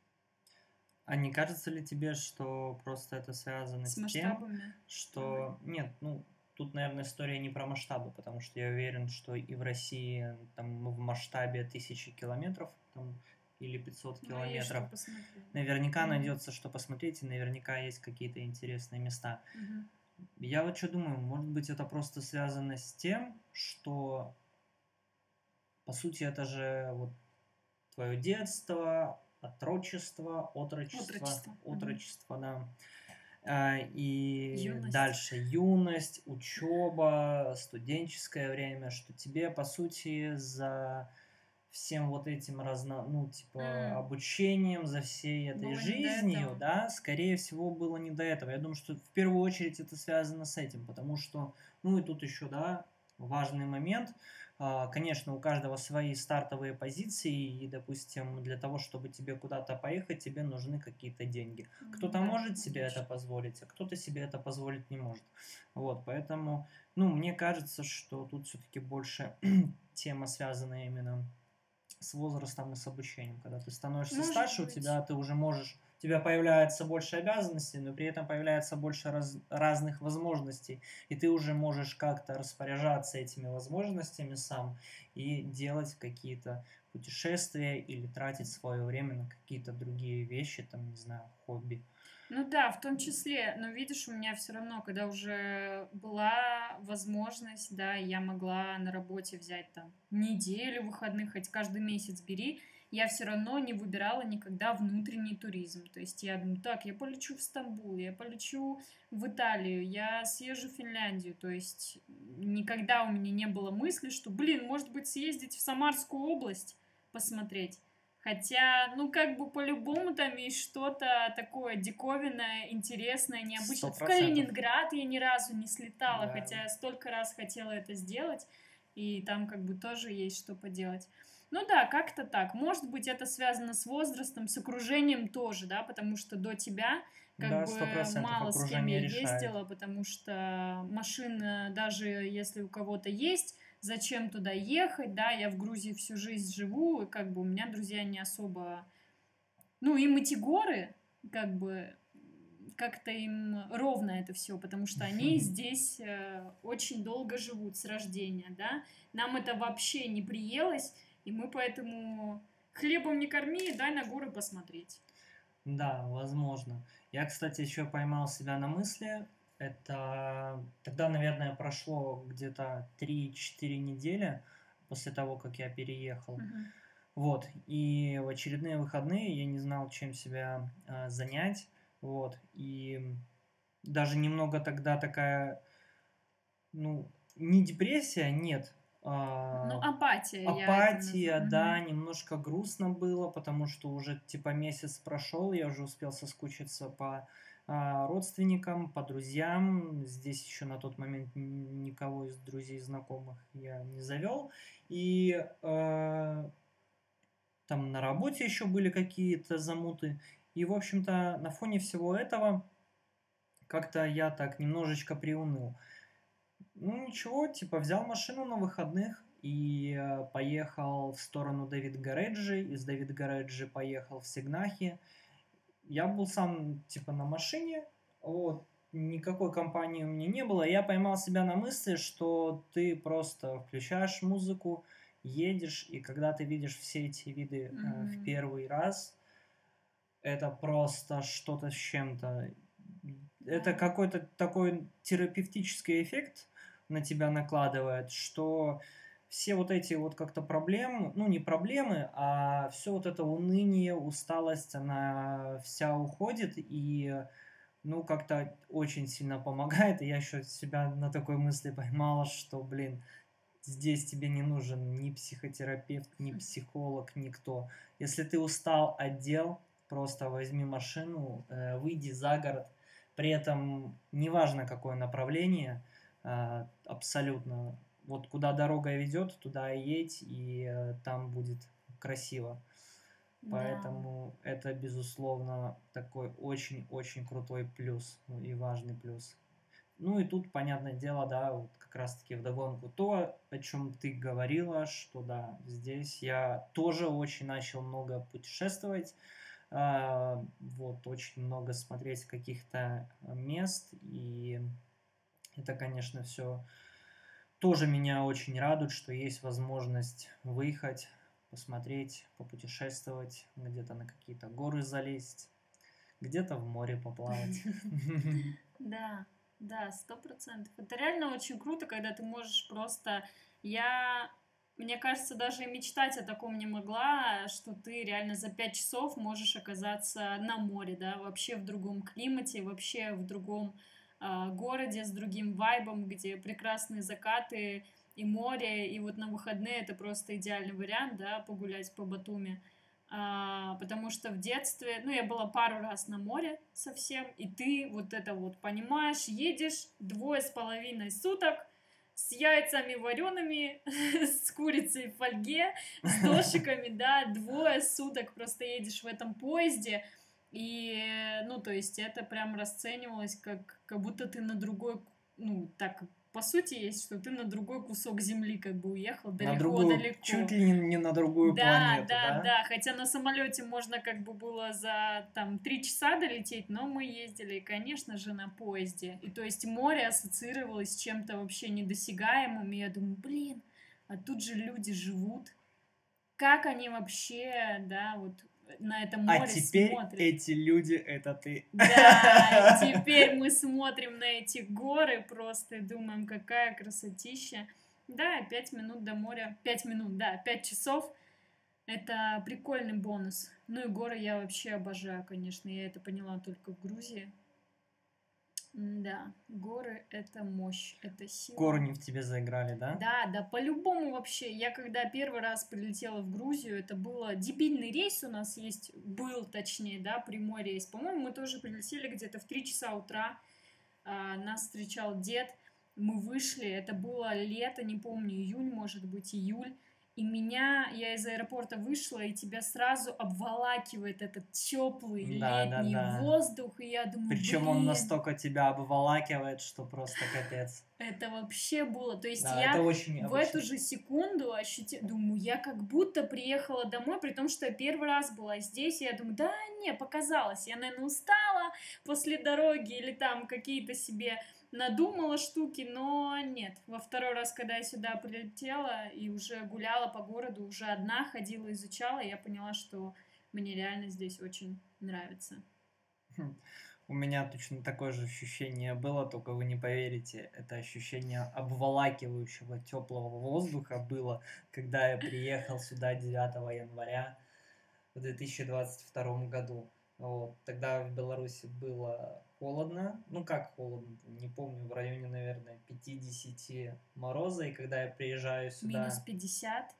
А не кажется ли тебе, что просто это связано С с тем, масштабами. Ага. что... Нет, ну, тут, наверное, история не про масштабы, потому что я уверен, что и в России там в масштабе тысячи километров там, или пятьсот Ну, есть что километров посмотреть. наверняка Мгм. найдется, что посмотреть, и наверняка есть какие-то интересные места. Мгм. Я вот что думаю, может быть, это просто связано с тем, что, по сути, это же вот твое детство, отрочество, отрочество, Отрочество. Мгм. отрочество, да. А, И Юность. дальше юность, учеба, студенческое время, что тебе, по сути, за всем вот этим разно, ну, типа, М, обучением, за всей этой Было не до жизнью, этого. да, скорее всего, было не до этого. Я думаю, что в первую очередь это связано с этим, потому что, ну, и тут еще, да, важный момент. А, Конечно, у каждого свои стартовые позиции, и, допустим, для того, чтобы тебе куда-то поехать, тебе нужны какие-то деньги. М, Кто-то Да, может себе это отлично. позволить, а кто-то себе это позволить не может. Вот, поэтому, ну, мне кажется, что тут все-таки больше тема связана именно с возрастом и с обучением. Когда ты становишься Может старше, у быть. тебя ты уже можешь, у тебя появляется больше обязанностей, но при этом появляется больше раз, разных возможностей, и ты уже можешь как-то распоряжаться этими возможностями сам и делать какие-то путешествия или тратить свое время на какие-то другие вещи, там, не знаю, хобби. Ну да, в том числе, но видишь, у меня все равно, когда уже была возможность, да, я могла на работе взять там неделю выходных, хоть каждый месяц бери, я все равно не выбирала никогда внутренний туризм. То есть я думаю, так, я полечу в Стамбул, я полечу в Италию, я съезжу в Финляндию. То есть никогда у меня не было мысли, что, блин, может быть, съездить в Самарскую область посмотреть. Хотя, ну, как бы по-любому там есть что-то такое диковинное, интересное, Сто необычное. В процентов. Калининград я ни разу не слетала, Да. хотя я столько раз хотела это сделать, и там как бы тоже есть что поделать. Ну да, как-то так. Может быть, это связано с возрастом, с окружением тоже, да, потому что до тебя как Да, сто бы процентов мало с кем я окружение решает. ездила, потому что машина, даже если у кого-то есть, зачем туда ехать, да, я в Грузии всю жизнь живу, и как бы у меня друзья не особо... Ну, им эти горы, как бы, как-то им ровно это все, потому что они здесь э, очень долго живут с рождения, да. Нам это вообще не приелось, и мы поэтому хлебом не корми, дай на горы посмотреть. Да, возможно. Я, кстати, еще поймал себя на мысли. Это тогда, наверное, прошло где-то три-четыре недели после того, как я переехал. Мгм. Вот. И в очередные выходные я не знал, чем себя а, занять. Вот. И даже немного тогда такая, ну, не депрессия, нет. Ну, а, апатия я это Апатия, да, называю. немножко грустно было, потому что уже типа месяц прошел, я уже успел соскучиться по а, родственникам, по друзьям. Здесь еще на тот момент н- никого из друзей, знакомых я не завел. И э, там на работе еще были какие-то замуты. И, в общем-то, на фоне всего этого как-то я так немножечко приуныл. Ну ничего, типа взял машину на выходных и э, поехал в сторону Дэвид Гареджи, из Дэвид Гареджи поехал в Сигнахи. Я был сам типа на машине, вот, никакой компании у меня не было. Я поймал себя на мысли, что ты просто включаешь музыку, едешь, и когда ты видишь все эти виды э, в Мгм. первый раз, это просто что-то с чем-то. Это Да. какой-то такой терапевтический эффект на тебя накладывает, что все вот эти вот как-то проблемы, ну не проблемы, а все вот это уныние, усталость, она вся уходит и ну как-то очень сильно помогает. И я еще себя на такой мысли поймал, что, блин, здесь тебе не нужен ни психотерапевт, ни психолог, никто. Если ты устал от дел, просто возьми машину, э, выйди за город. При этом неважно какое направление, э, абсолютно. Вот куда дорога ведет, туда и едь, и э, там будет красиво. Да. Поэтому это, безусловно, такой очень-очень крутой плюс, ну и важный плюс. Ну и тут, понятное дело, да, вот как раз-таки вдогонку то, о чем ты говорила, что да, здесь я тоже очень начал много путешествовать, а, вот, очень много смотреть каких-то мест, и это, конечно, все тоже меня очень радует, что есть возможность выехать, посмотреть, попутешествовать, где-то на какие-то горы залезть, где-то в море поплавать. Да, да, сто процентов. Это реально очень круто, когда ты можешь просто... Я, мне кажется, даже и мечтать о таком не могла, что ты реально за пять часов можешь оказаться на море, да, вообще в другом климате, вообще в другом а, городе с другим вайбом, где прекрасные закаты и море, и вот на выходные это просто идеальный вариант, да, погулять по Батуми. А, потому что в детстве, ну, я была пару раз на море совсем, и ты вот это вот понимаешь, едешь двое с половиной суток с яйцами вареными, с курицей в фольге, с дошиками, да, двое суток просто едешь в этом поезде, и, ну, то есть это прям расценивалось как, как будто ты на другой, ну, так, по сути есть, что ты на другой кусок земли как бы уехал На другую, чуть далеко-далеко. ли не, не на другую Да, планету, да, да? да. Хотя на самолете можно как бы было за там три часа долететь, но мы ездили, конечно же, на поезде. И то есть море ассоциировалось с чем-то вообще недосягаемым. И я думаю, блин, а тут же люди живут. Как они вообще, да, вот на это А море теперь смотрим. эти люди — это ты. Да, теперь мы смотрим на эти горы просто и думаем, какая красотища. Да, пять минут до моря, пять минут, да, пять часов. Это прикольный бонус. Ну и горы я вообще обожаю, конечно. Я это поняла только в Грузии. Да, горы — это мощь, это сила. Корни в тебе заиграли, да? Да, да, по-любому вообще. Я когда первый раз прилетела в Грузию, это было дебильный рейс у нас есть, был точнее, да, прямой рейс. По-моему, мы тоже прилетели где-то в три часа утра. А, нас встречал дед. Мы вышли, это было лето, не помню, июнь, может быть, июль. И меня, я из аэропорта вышла, и тебя сразу обволакивает этот теплый Да, да, летний да. воздух, и я думаю, Причем он блин, настолько тебя обволакивает, что просто капец. это вообще было. То есть Да, я это очень в необычно. эту же секунду ощутила, думаю, я как будто приехала домой, при том, что я первый раз была здесь, и я думаю, да не, показалось, я, наверное, устала после дороги или там какие-то себе надумала штуки, но нет. Во второй раз, когда я сюда прилетела и уже гуляла по городу, уже одна ходила, изучала, я поняла, что мне реально здесь очень нравится. Хм. У меня точно такое же ощущение было, только вы не поверите. Это ощущение обволакивающего теплого воздуха было, когда я приехал сюда девятого января в две тысячи двадцать втором году. Вот. Тогда в Беларуси было холодно. Ну как холодно, не помню, в районе, наверное, пятьдесят мороза. И когда я приезжаю сюда... Минус пятьдесят.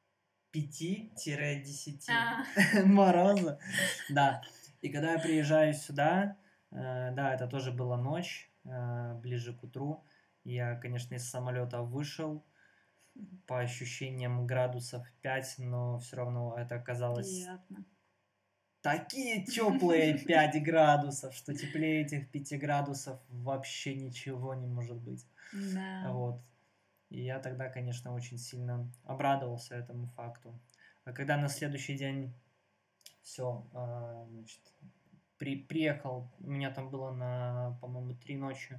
пять-десять А. мороза. Да. И когда я приезжаю сюда, э, да, это тоже была ночь, э, ближе к утру. Я, конечно, из самолета вышел, по ощущениям градусов пять, но все равно это оказалось Приятно. такие теплые пять градусов, что теплее этих пяти градусов вообще ничего не может быть. Да. Вот. И я тогда, конечно, очень сильно обрадовался этому факту. А когда на следующий день все, значит, при, приехал, у меня там было на, по-моему, три ночи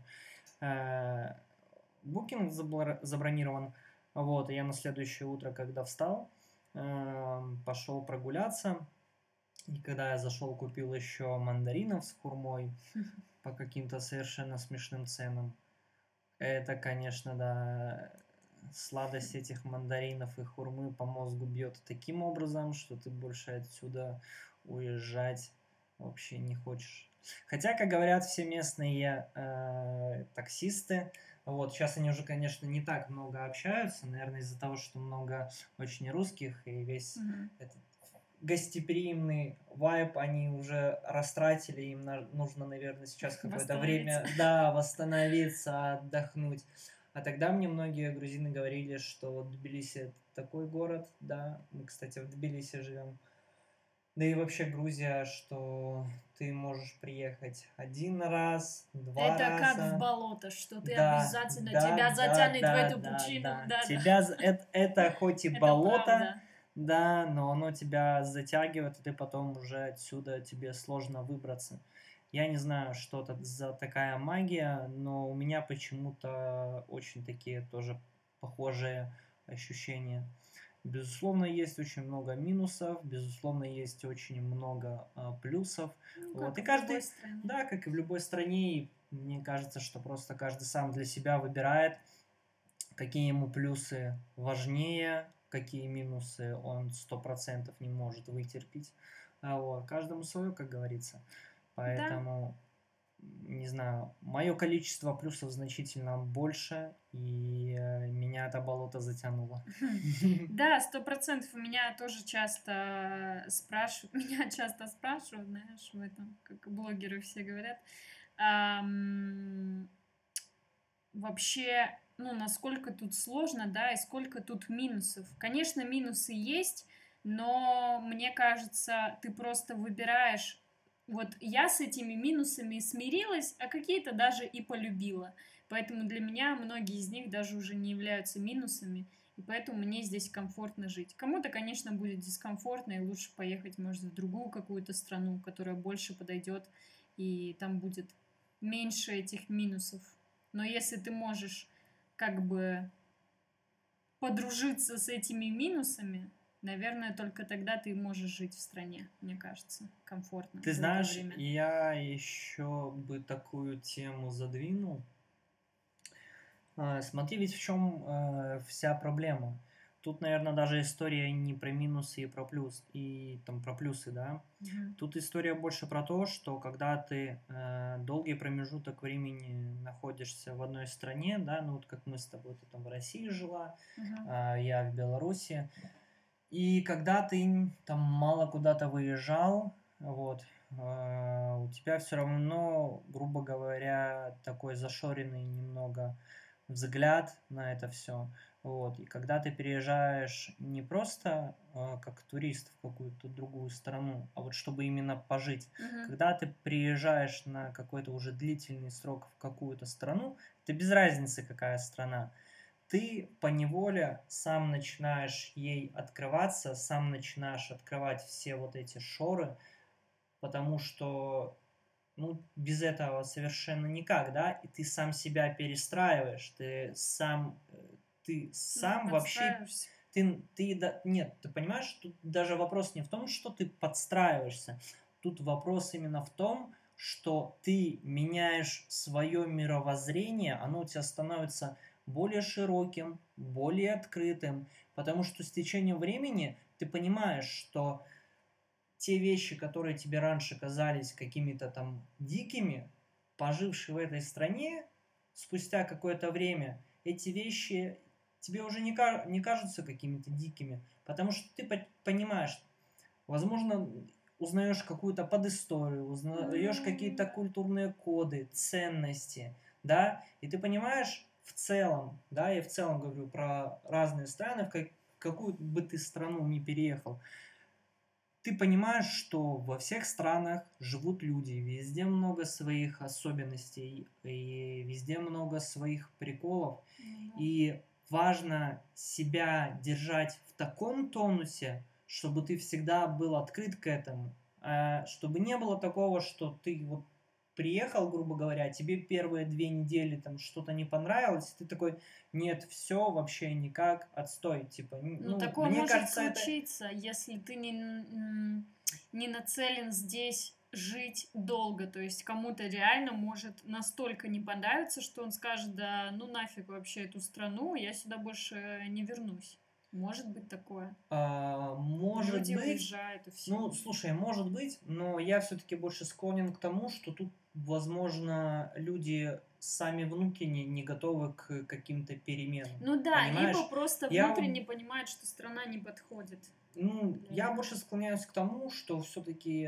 букинг забронирован. Вот, и я на следующее утро, когда встал, пошел прогуляться. И когда я зашел, купил еще мандаринов с хурмой по каким-то совершенно смешным ценам. Это, конечно, да, сладость этих мандаринов и хурмы по мозгу бьет таким образом, что ты больше отсюда уезжать вообще не хочешь. Хотя, как говорят все местные э, таксисты, вот, сейчас они уже, конечно, не так много общаются, наверное, из-за того, что много очень русских, и весь Мгм. этот гостеприимный вайб они уже растратили, им на- нужно, наверное, сейчас какое-то время, Восстановиться. да, восстановиться, отдохнуть. А тогда мне многие грузины говорили, что вот Тбилиси — это такой город, да, мы, кстати, в Тбилиси живем, да и вообще Грузия, что ты можешь приехать один раз, два Это как в раза. болото, что ты Да, обязательно да, тебя да, затянет да, в эту да, пучину. да. Да, Тебя з- это, это хоть и Это болото, правда. да, но оно тебя затягивает, и ты потом уже отсюда, тебе сложно выбраться. Я не знаю, что это за такая магия, но у меня почему-то очень такие тоже похожие ощущения. Безусловно, есть очень много минусов, безусловно, есть очень много а, плюсов. Ну, Вот. как И и в любой каждый, стране. да, как и в любой стране, и мне кажется, что просто каждый сам для себя выбирает, какие ему плюсы важнее, какие минусы он сто процентов не может вытерпеть. А вот. Каждому свое, как говорится. Поэтому, не знаю, мое количество плюсов значительно больше, и э, меня это болото затянуло. Да, сто процентов. У меня тоже часто спрашивают, меня часто спрашивают, знаешь, в этом, как блогеры все говорят, ам, вообще, ну, насколько тут сложно, да, и сколько тут минусов. Конечно, минусы есть, но мне кажется, ты просто выбираешь. Вот я с этими минусами смирилась, а какие-то даже и полюбила. Поэтому для меня многие из них даже уже не являются минусами. И поэтому мне здесь комфортно жить. Кому-то, конечно, будет дискомфортно, и лучше поехать, может, в другую какую-то страну, которая больше подойдет, и там будет меньше этих минусов. Но если ты можешь как бы подружиться с этими минусами, Наверное, только тогда ты можешь жить в стране, мне кажется, комфортно. Ты долгое знаешь, время. я еще бы такую тему задвинул. А, Смотри, ведь в чем э, вся проблема. Тут, наверное, даже история не про минусы и про плюс, и там про плюсы, да. Мгм. Тут история больше про то, что когда ты э, долгий промежуток времени находишься в одной стране, да, ну вот как мы с тобой, ты там в России жила, Мгм. а я в Беларуси, и когда ты там мало куда-то выезжал, вот, э, у тебя все равно, грубо говоря, такой зашоренный немного взгляд на это все. Вот. И когда ты переезжаешь не просто э, как турист в какую-то другую страну, а вот чтобы именно пожить, Мгм. когда ты приезжаешь на какой-то уже длительный срок в какую-то страну, это без разницы, какая страна, ты поневоле сам начинаешь ей открываться, сам начинаешь открывать все вот эти шоры, потому что, ну, без этого совершенно никак, да, и ты сам себя перестраиваешь, ты сам, э, ты Ну, сам вообще, подстраиваешься. ты, ты, да- нет, ты понимаешь, тут даже вопрос не в том, что ты подстраиваешься, тут вопрос именно в том, что ты меняешь свое мировоззрение, оно у тебя становится более широким, более открытым, потому что с течением времени ты понимаешь, что те вещи, которые тебе раньше казались какими-то там дикими, пожившие в этой стране, спустя какое-то время, эти вещи тебе уже не, ка- не кажутся какими-то дикими, потому что ты по- понимаешь, возможно, узнаешь какую-то подисторию, узнаешь Ну, какие-то да. культурные коды, ценности, да, и ты понимаешь в целом, да, я в целом говорю про разные страны, в как- какую бы ты страну ни переехал, ты понимаешь, что во всех странах живут люди, везде много своих особенностей, и везде много своих приколов, Ну, да. и важно себя держать в таком тонусе, чтобы ты всегда был открыт к этому, а чтобы не было такого, что ты вот приехал, грубо говоря, тебе первые две недели там что-то не понравилось, и ты такой, нет, все вообще никак, отстой, типа, Ну, ну, такое мне может кажется, это случиться, если ты не, н- не нацелен здесь жить долго. То есть кому-то реально может настолько не понравиться, что он скажет, да ну нафиг вообще эту страну, я сюда больше не вернусь. Может быть такое. А, может Люди быть, уезжают и все. ну, слушай, может быть, но я все-таки больше склонен к тому, что тут, возможно, люди сами внутренне не готовы к каким-то переменам. Ну да, либо Понимаешь? просто Я, внутренне понимают, что страна не подходит ну, для я них. больше склоняюсь к тому, что все-таки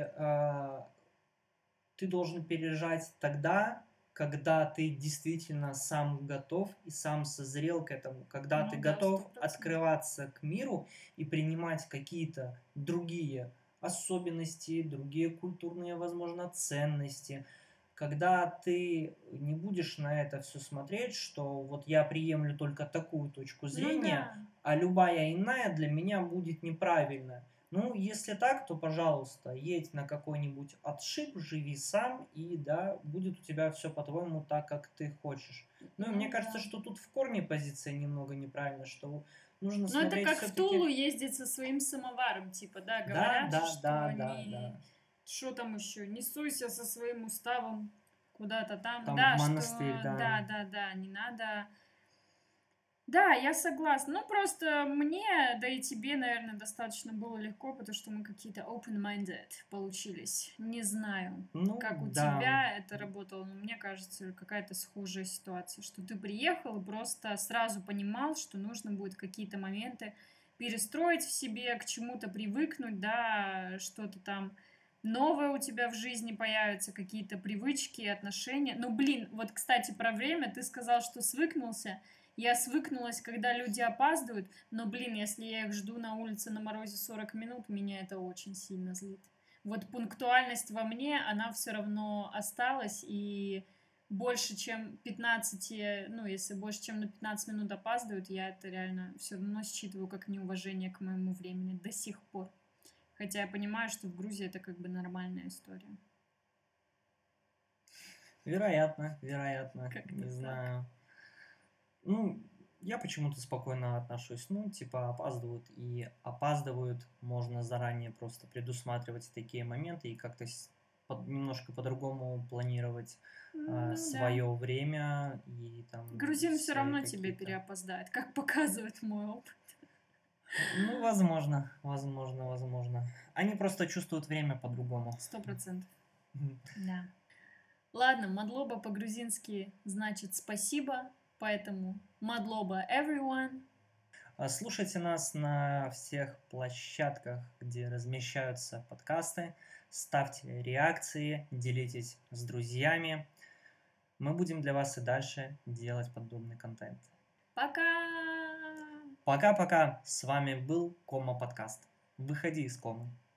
ты должен переезжать тогда, когда ты действительно сам готов и сам созрел к этому, когда ты Ну да, сто готов процентов. открываться к миру и принимать какие-то другие особенности, другие культурные, возможно, ценности, когда ты не будешь на это все смотреть, что вот я приемлю только такую точку Ну зрения, да. а любая иная для меня будет неправильна. Ну, если так, то, пожалуйста, едь на какой-нибудь отшиб, живи сам, и да, будет у тебя все по-твоему так, как ты хочешь. Ну, и мне Ну кажется, да. что тут в корне позиция немного неправильная, что нужно Ну, это смотреть как в все-таки... Тулу ездить со своим самоваром, типа, да, Да, говорят же, да, да, что да, не... да. Что там еще? Не суйся со своим уставом куда-то там. Там в Да, что... монастырь, да. Да, да, да, не надо... Да, я согласна. Ну, просто мне, да и тебе, наверное, достаточно было легко, потому что мы какие-то open-minded получились. Не знаю, Ну, как у да. тебя это работало, но мне кажется, какая-то схожая ситуация, что ты приехал и просто сразу понимал, что нужно будет какие-то моменты перестроить в себе, к чему-то привыкнуть, да, что-то там новое у тебя в жизни появится, какие-то привычки, отношения. Ну, блин, вот, кстати, про время ты сказал, что свыкнулся. Я свыкнулась, когда люди опаздывают, но, блин, если я их жду на улице на морозе сорок минут, меня это очень сильно злит. Вот пунктуальность во мне, она все равно осталась, и больше, чем пятнадцать, ну, если больше, чем на пятнадцать минут опаздывают, я это реально все равно считываю как неуважение к моему времени до сих пор. Хотя я понимаю, что в Грузии это как бы нормальная история. Вероятно, вероятно, Как-то не так. знаю. Ну, Я почему-то спокойно отношусь. Ну, типа, опаздывают и опаздывают. Можно заранее просто предусматривать такие моменты и как-то с- под- немножко по-другому планировать М, Ну да. свое время и там Грузин все свои равно тебе какие-то. переопоздает, как показывает мой опыт. Ну, возможно, возможно, возможно. Они просто чувствуют время по-другому. Сто процентов. Мгм. Да. Ладно, мадлоба по-грузински значит спасибо, поэтому мадлоба everyone. А Слушайте нас на всех площадках, где размещаются подкасты. Ставьте реакции, делитесь с друзьями. Мы будем для вас и дальше делать подобный контент. Пока! Пока-пока. С вами был Кома подкаст. Выходи из комы.